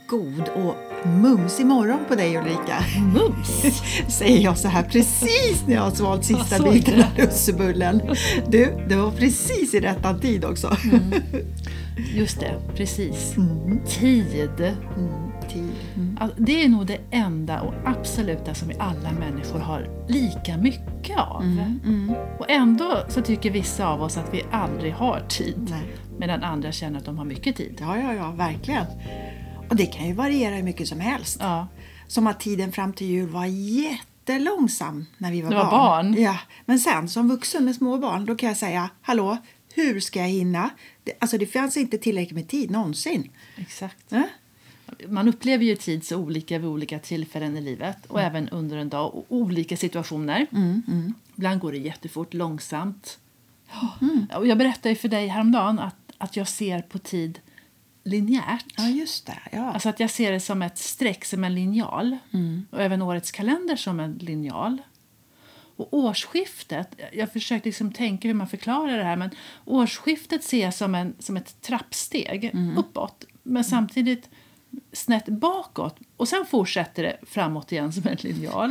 god och mumsig morgon på dig, Ulrika. Mums! Säger jag så här precis när jag har svalt sista biten av lussebullen. Du, det var precis i rättan tid också. Just det, precis. Tid. Tid. Alltså, det är nog det enda och absoluta som vi alla människor har lika mycket av. Och ändå så tycker vissa av oss att vi aldrig har tid. Nej. Medan andra känner att de har mycket tid. Ja, verkligen. Och det kan ju variera hur mycket som helst. Ja. Som att tiden fram till jul var jättelångsam när vi var Det var barn. Ja, men sen som vuxen med små barn, då kan jag säga, hallå, hur ska jag hinna? Det fanns inte tillräckligt med tid någonsin. Exakt. Ja? Man upplever ju tid så olika vid olika tillfällen i livet. Och även under en dag och olika situationer. Ibland går det jättefort, långsamt. Och jag berättade för dig häromdagen att jag ser på tid linjärt. Ja, just det. Ja. Alltså att jag ser det som ett streck, som en linjal. Och även årets kalender som en linjal. Och årsskiftet, jag försökte liksom tänka hur man förklarar det här. Men årsskiftet ser jag som ett trappsteg uppåt. Men samtidigt snett bakåt. Och sen fortsätter det framåt igen som en linjal.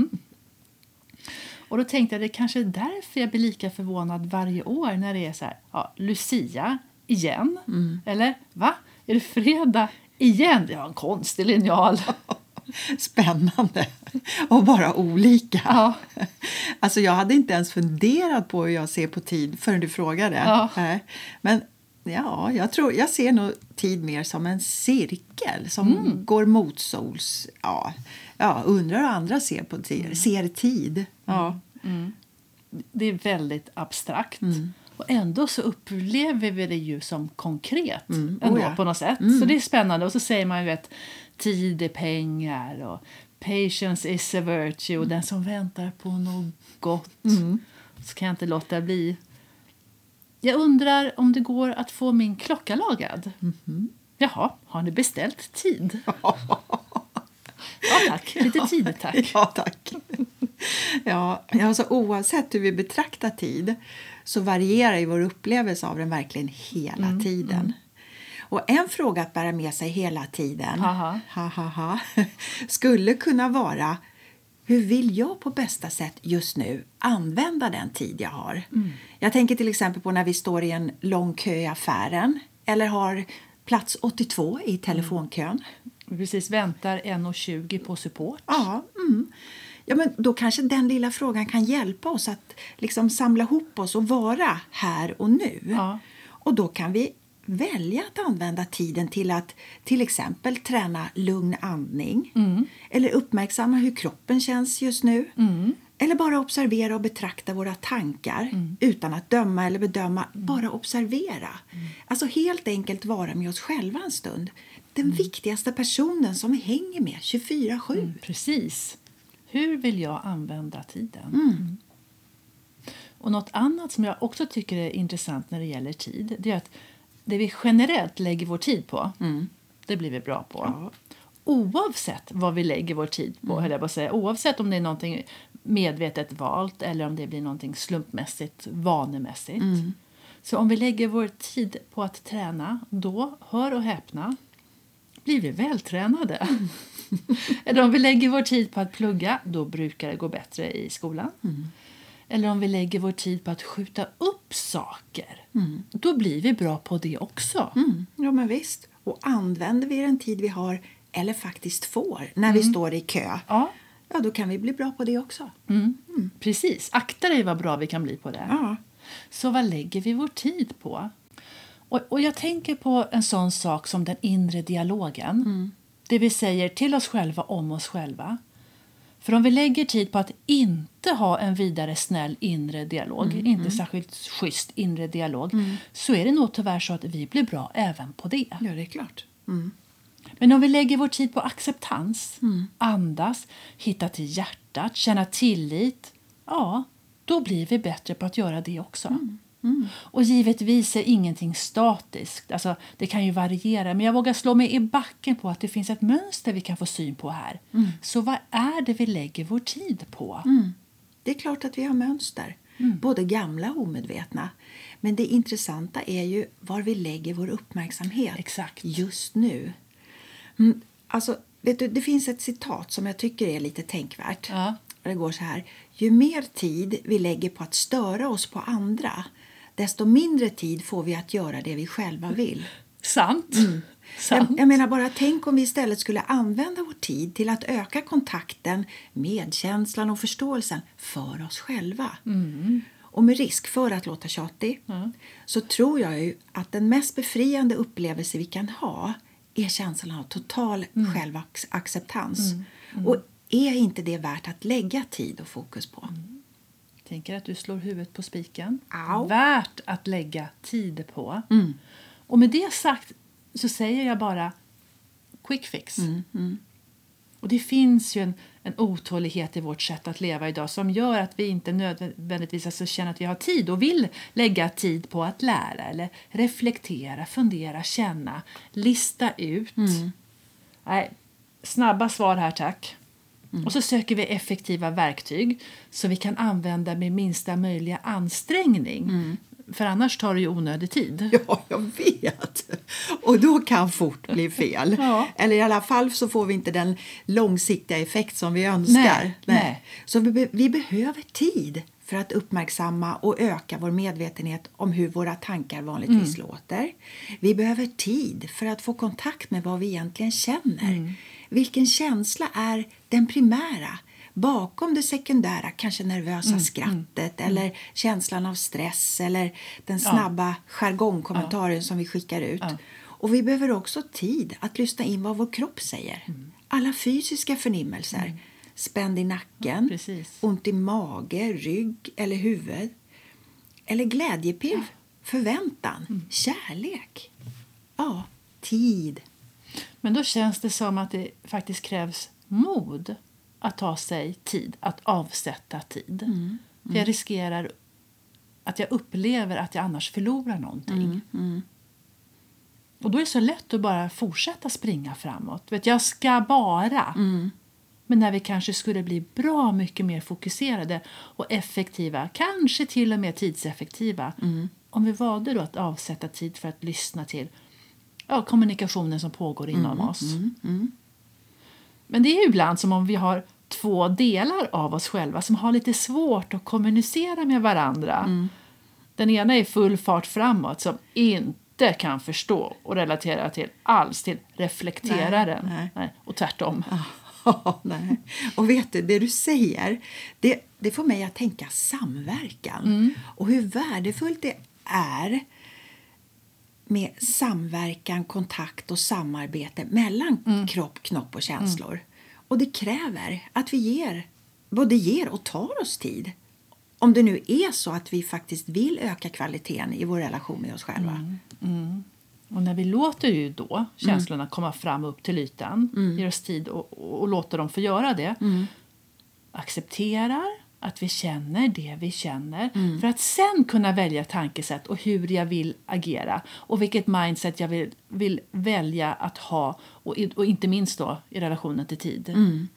Och då tänkte jag, det kanske är därför jag blir lika förvånad varje år när det är så här, Lucia igen. Eller, va? Är det fredag igen? Det var en konstig linjal. Spännande. Och bara olika. Ja. Alltså jag hade inte ens funderat på hur jag ser på tid förrän du frågade. Ja. Men ja, jag ser nog tid mer som en cirkel som går mot sols. Ja, undrar hur andra ser på tid. Ser tid. Ja. Det är väldigt abstrakt. Och ändå så upplever vi det ju som konkret ändå, på något sätt. Så det är spännande. Och så säger man ju att tid är pengar och patience is a virtue. Och den som väntar på något gott, så kan jag inte låta bli. Jag undrar om det går att få min klocka lagad. Jaha, har ni beställt tid? Ja, tack. Lite tid, tack. Ja, tack. Ja, alltså oavsett hur vi betraktar tid så varierar ju vår upplevelse av den verkligen hela tiden. Och en fråga att bära med sig hela tiden skulle kunna vara: hur vill jag på bästa sätt just nu använda den tid jag har? Jag tänker till exempel på när vi står i en lång kö i affären eller har plats 82 i telefonkön. Vi precis väntar 1:20 på support. Ja, men då kanske den lilla frågan kan hjälpa oss att liksom samla ihop oss och vara här och nu. Ja. Och då kan vi välja att använda tiden till att till exempel träna lugn andning. Eller uppmärksamma hur kroppen känns just nu. Eller bara observera och betrakta våra tankar utan att döma eller bedöma. Bara observera. Alltså helt enkelt vara med oss själva en stund. Den viktigaste personen som vi hänger med 24/7. Precis. Hur vill jag använda tiden? Och något annat som jag också tycker är intressant när det gäller tid, det är att det vi generellt lägger vår tid på, det blir vi bra på. Ja. Oavsett vad vi lägger vår tid på, höll jag på att säga. Oavsett om det är någonting medvetet valt eller om det blir någonting slumpmässigt, vanemässigt. Så om vi lägger vår tid på att träna, då, hör och häpna, blir vi vältränade. Eller om vi lägger vår tid på att plugga, då brukar det gå bättre i skolan. Eller om vi lägger vår tid på att skjuta upp saker, då blir vi bra på det också. Ja, men visst. Och använder vi den tid vi har eller faktiskt får när vi står i kö, Ja, då kan vi bli bra på det också. precis. Akta dig vad bra vi kan bli på det. Ja. Så vad lägger vi vår tid på? Och jag tänker på en sån sak som den inre dialogen. Det vi säger till oss själva om oss själva. För om vi lägger tid på att inte ha en vidare snäll inre dialog, inte särskilt schysst inre dialog, så är det nog tyvärr så att vi blir bra även på det. Ja, det är klart. Men om vi lägger vår tid på acceptans, andas, hitta till hjärtat, känna tillit, då blir vi bättre på att göra det också. Och givetvis är ingenting statiskt. Alltså, det kan ju variera. Men jag vågar slå mig i backen på att det finns ett mönster vi kan få syn på här. Så vad är det vi lägger vår tid på? Det är klart att vi har mönster. Både gamla och omedvetna. Men det intressanta är ju var vi lägger vår uppmärksamhet. Exakt. Just nu. Alltså, vet du, det finns ett citat som jag tycker är lite tänkvärt. Ja. Det går så här: ju mer tid vi lägger på att störa oss på andra, desto mindre tid får vi att göra det vi själva vill. Sant. Jag menar bara, tänk om vi istället skulle använda vår tid till att öka kontakten, medkänslan och förståelsen för oss själva. Och med risk för att låta tjatig så tror jag ju att den mest befriande upplevelse vi kan ha är känslan av total självacceptans. Och är inte det värt att lägga tid och fokus på? Tänker att du slår huvudet på spiken. Au. Värt att lägga tid på. Och med det sagt så säger jag bara quick fix. Och det finns ju en otålighet i vårt sätt att leva idag som gör att vi inte nödvändigtvis alltså känner att vi har tid och vill lägga tid på att lära eller reflektera, fundera, känna, lista ut. Nej, snabba svar här tack. Och så söker vi effektiva verktyg så vi kan använda med minsta möjliga ansträngning. För annars tar det ju onödig tid. Ja, jag vet. Och då kan fort bli fel. Ja. Eller i alla fall så får vi inte den långsiktiga effekt som vi önskar. Nej. Så vi behöver tid för att uppmärksamma och öka vår medvetenhet om hur våra tankar vanligtvis låter. Vi behöver tid för att få kontakt med vad vi egentligen känner. Vilken känsla är den primära? Bakom det sekundära, kanske nervösa skrattet eller känslan av stress eller den snabba jargongkommentaren som vi skickar ut. Och vi behöver också tid att lyssna in vad vår kropp säger. Alla fysiska förnimmelser. Spänd i nacken, ont i mage, rygg eller huvud. Eller glädjepirr, förväntan, kärlek. Ja, tid. Men då känns det som att det faktiskt krävs mod att ta sig tid, att avsätta tid. För jag riskerar att jag upplever att jag annars förlorar någonting. Och då är det så lätt att bara fortsätta springa framåt. Vet, jag ska bara. Men när vi kanske skulle bli bra mycket mer fokuserade och effektiva, kanske till och med tidseffektiva. Om vi valde då att avsätta tid för att lyssna till kommunikationen som pågår inom oss. Men det är ju ibland som om vi har två delar av oss själva som har lite svårt att kommunicera med varandra. Den ena är full fart framåt som inte kan förstå och relatera till reflekteraren. Nej, och tvärtom. Nej. Och vet du, det du säger, det får mig att tänka samverkan. Och hur värdefullt det är med samverkan, kontakt och samarbete mellan kropp, knopp och känslor. Och det kräver att vi både ger och tar oss tid. Om det nu är så att vi faktiskt vill öka kvaliteten i vår relation med oss själva. Och när vi låter ju då känslorna komma fram upp till ytan, ger oss tid och låter dem få göra det. Accepterar att vi känner det vi känner. För att sen kunna välja tankesätt och hur jag vill agera. Och vilket mindset jag vill välja att ha. Och inte minst då i relationen till tid.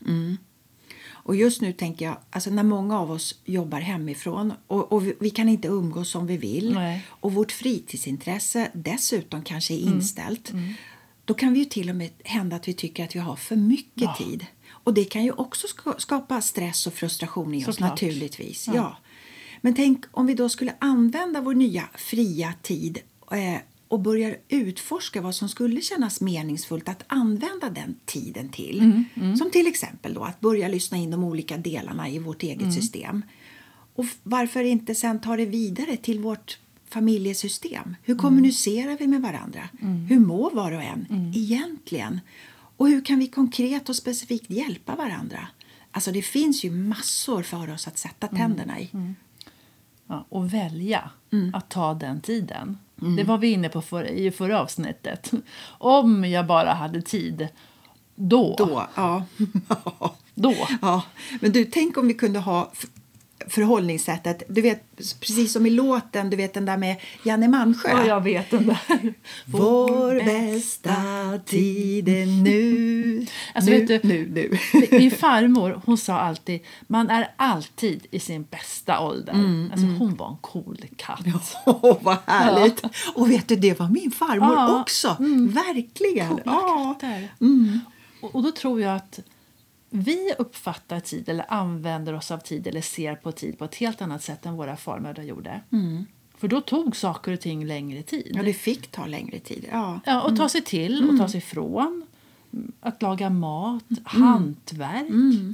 Och just nu tänker jag, alltså när många av oss jobbar hemifrån och vi kan inte umgås som vi vill. Nej. Och vårt fritidsintresse dessutom kanske är inställt. Då kan vi ju till och med hända att vi tycker att vi har för mycket tid. Och det kan ju också skapa stress och frustration i oss naturligtvis. Ja. Men tänk om vi då skulle använda vår nya fria tid och börja utforska vad som skulle kännas meningsfullt att använda den tiden till. Som till exempel då att börja lyssna in de olika delarna i vårt eget system. Och varför inte sen ta det vidare till vårt familjesystem? Hur kommunicerar vi med varandra? Hur mår var och en egentligen? Och hur kan vi konkret och specifikt hjälpa varandra? Alltså det finns ju massor för oss att sätta tänderna i. Ja, och välja att ta den tiden. Det var vi inne på i förra avsnittet. Om jag bara hade tid, då. Ja. Då. Ja. Men du, tänk om vi kunde ha förhållningssättet. Du vet, precis som i låten, du vet den där med Janne Malmsjö. Ja, jag vet den där. Vår bästa tid är nu. Alltså, nu, vet du, nu. Min farmor, hon sa alltid, man är alltid i sin bästa ålder. Alltså, hon var en cool katt. Vad härligt. Ja. Och vet du, det var min farmor också. Verkligen. Coola katter. Och då tror jag att vi uppfattar tid eller använder oss av tid eller ser på tid på ett helt annat sätt än våra farmödrar gjorde. För då tog saker och ting längre tid. Ja, det fick ta längre tid. Ja, och ta sig till och ta sig ifrån. Att laga mat, hantverk.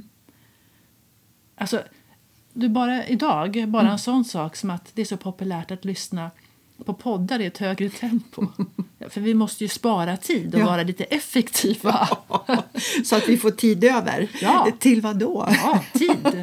Alltså, bara en sån sak som att det är så populärt att lyssna på poddar i ett högre tempo. För vi måste ju spara tid och vara lite effektiva. Så att vi får tid över. Ja. Till vad då? Ja, tid.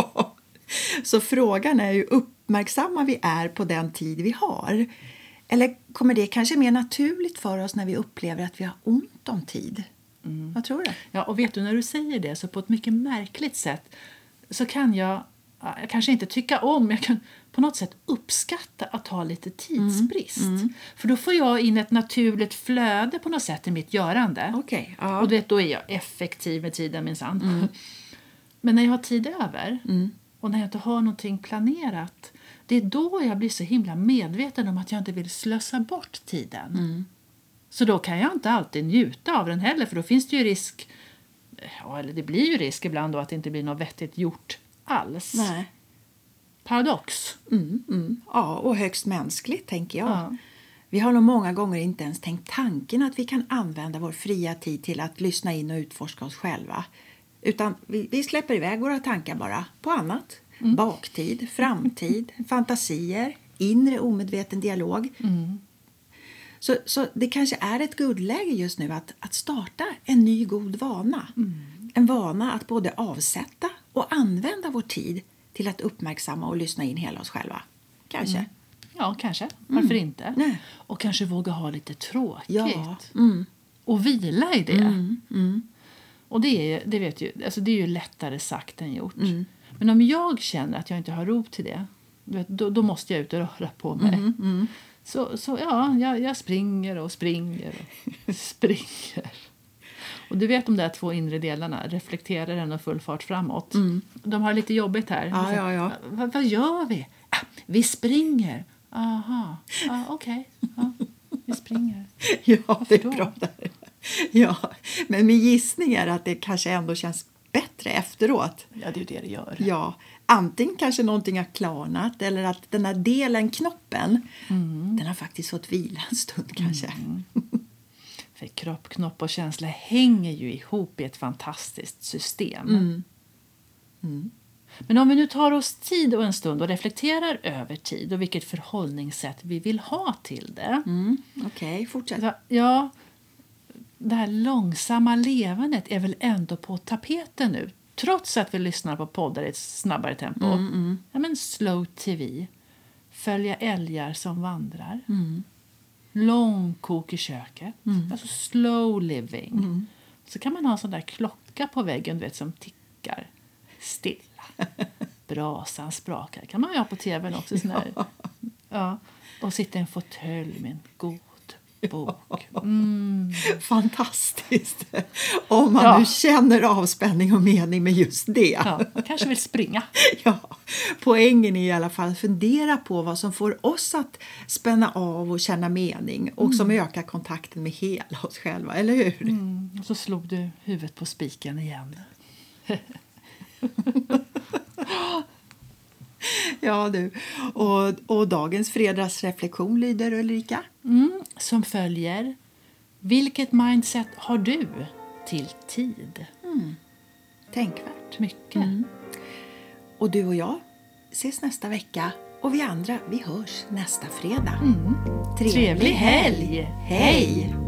Så frågan är ju, uppmärksamma vi är på den tid vi har? Eller kommer det kanske mer naturligt för oss när vi upplever att vi har ont om tid? Vad tror du? Ja, och vet du, när du säger det så på ett mycket märkligt sätt så kan jag kanske inte tycka om, jag kan på något sätt uppskatta att ha lite tidsbrist. För då får jag in ett naturligt flöde på något sätt i mitt görande. Okay, ja. Och då är jag effektiv med tiden minsann. Men när jag har tid över och när jag inte har någonting planerat, det är då jag blir så himla medveten om att jag inte vill slösa bort tiden. Så då kan jag inte alltid njuta av den heller, för då finns det ju risk, eller det blir ju risk ibland då att det inte blir något vettigt gjort alls. Nej. Paradox. Ja, och högst mänskligt tänker jag. Ja. Vi har nog många gånger inte ens tänkt tanken att vi kan använda vår fria tid till att lyssna in och utforska oss själva. Utan vi släpper iväg våra tankar bara på annat. Baktid, framtid, fantasier, inre omedveten dialog. Så det kanske är ett guldläge just nu att starta en ny god vana. En vana att både avsätta och använda vår tid till att uppmärksamma och lyssna in hela oss själva. Kanske. Ja, kanske. Varför inte? Nej. Och kanske våga ha lite tråkigt. Ja. Och vila i det. Och det vet ju, alltså det är ju lättare sagt än gjort. Men om jag känner att jag inte har ro till det, då måste jag ut och röra på mig. Så jag springer och springer och springer. Och du vet de där två inre delarna, reflekterar och full fart framåt. De har lite jobbigt här. Ja. Vad gör vi? Vi springer. Aha, okej. Ja, vi springer. Ja, det är bra där. Ja, men min gissning är att det kanske ändå känns bättre efteråt. Ja, det är ju det gör. Ja, antingen kanske någonting har klarnat eller att den här delen, knoppen, den har faktiskt fått vila en stund kanske. För kropp, knopp och känsla hänger ju ihop i ett fantastiskt system. Men om vi nu tar oss tid och en stund och reflekterar över tid och vilket förhållningssätt vi vill ha till det. Okej, fortsätt. Ja, det här långsamma levandet är väl ändå på tapeten nu. Trots att vi lyssnar på poddar i ett snabbare tempo. Ja, men slow tv. Följa älgar som vandrar. Långkok i köket. Alltså slow living. Så kan man ha en sån där klocka på väggen, du vet, som tickar stilla. Brasan sprakar. Kan man ju ha på tvn också. Sån här. Ja. Och sitta i en fåtölj med en god bok. Fantastiskt. Om man nu känner avspänning och mening med just det. Ja, man kanske vill springa. Ja, poängen är i alla fall att fundera på vad som får oss att spänna av och känna mening. Och som ökar kontakten med hela oss själva, eller hur? Och så slog du huvudet på spiken igen. Ja du, och dagens fredagsreflektion lyder, Ulrika? Som följer: vilket mindset har du till tid? Tänkvärt. Mycket. Och du och jag ses nästa vecka, och vi andra, vi hörs nästa fredag. Trevlig helg! Hej!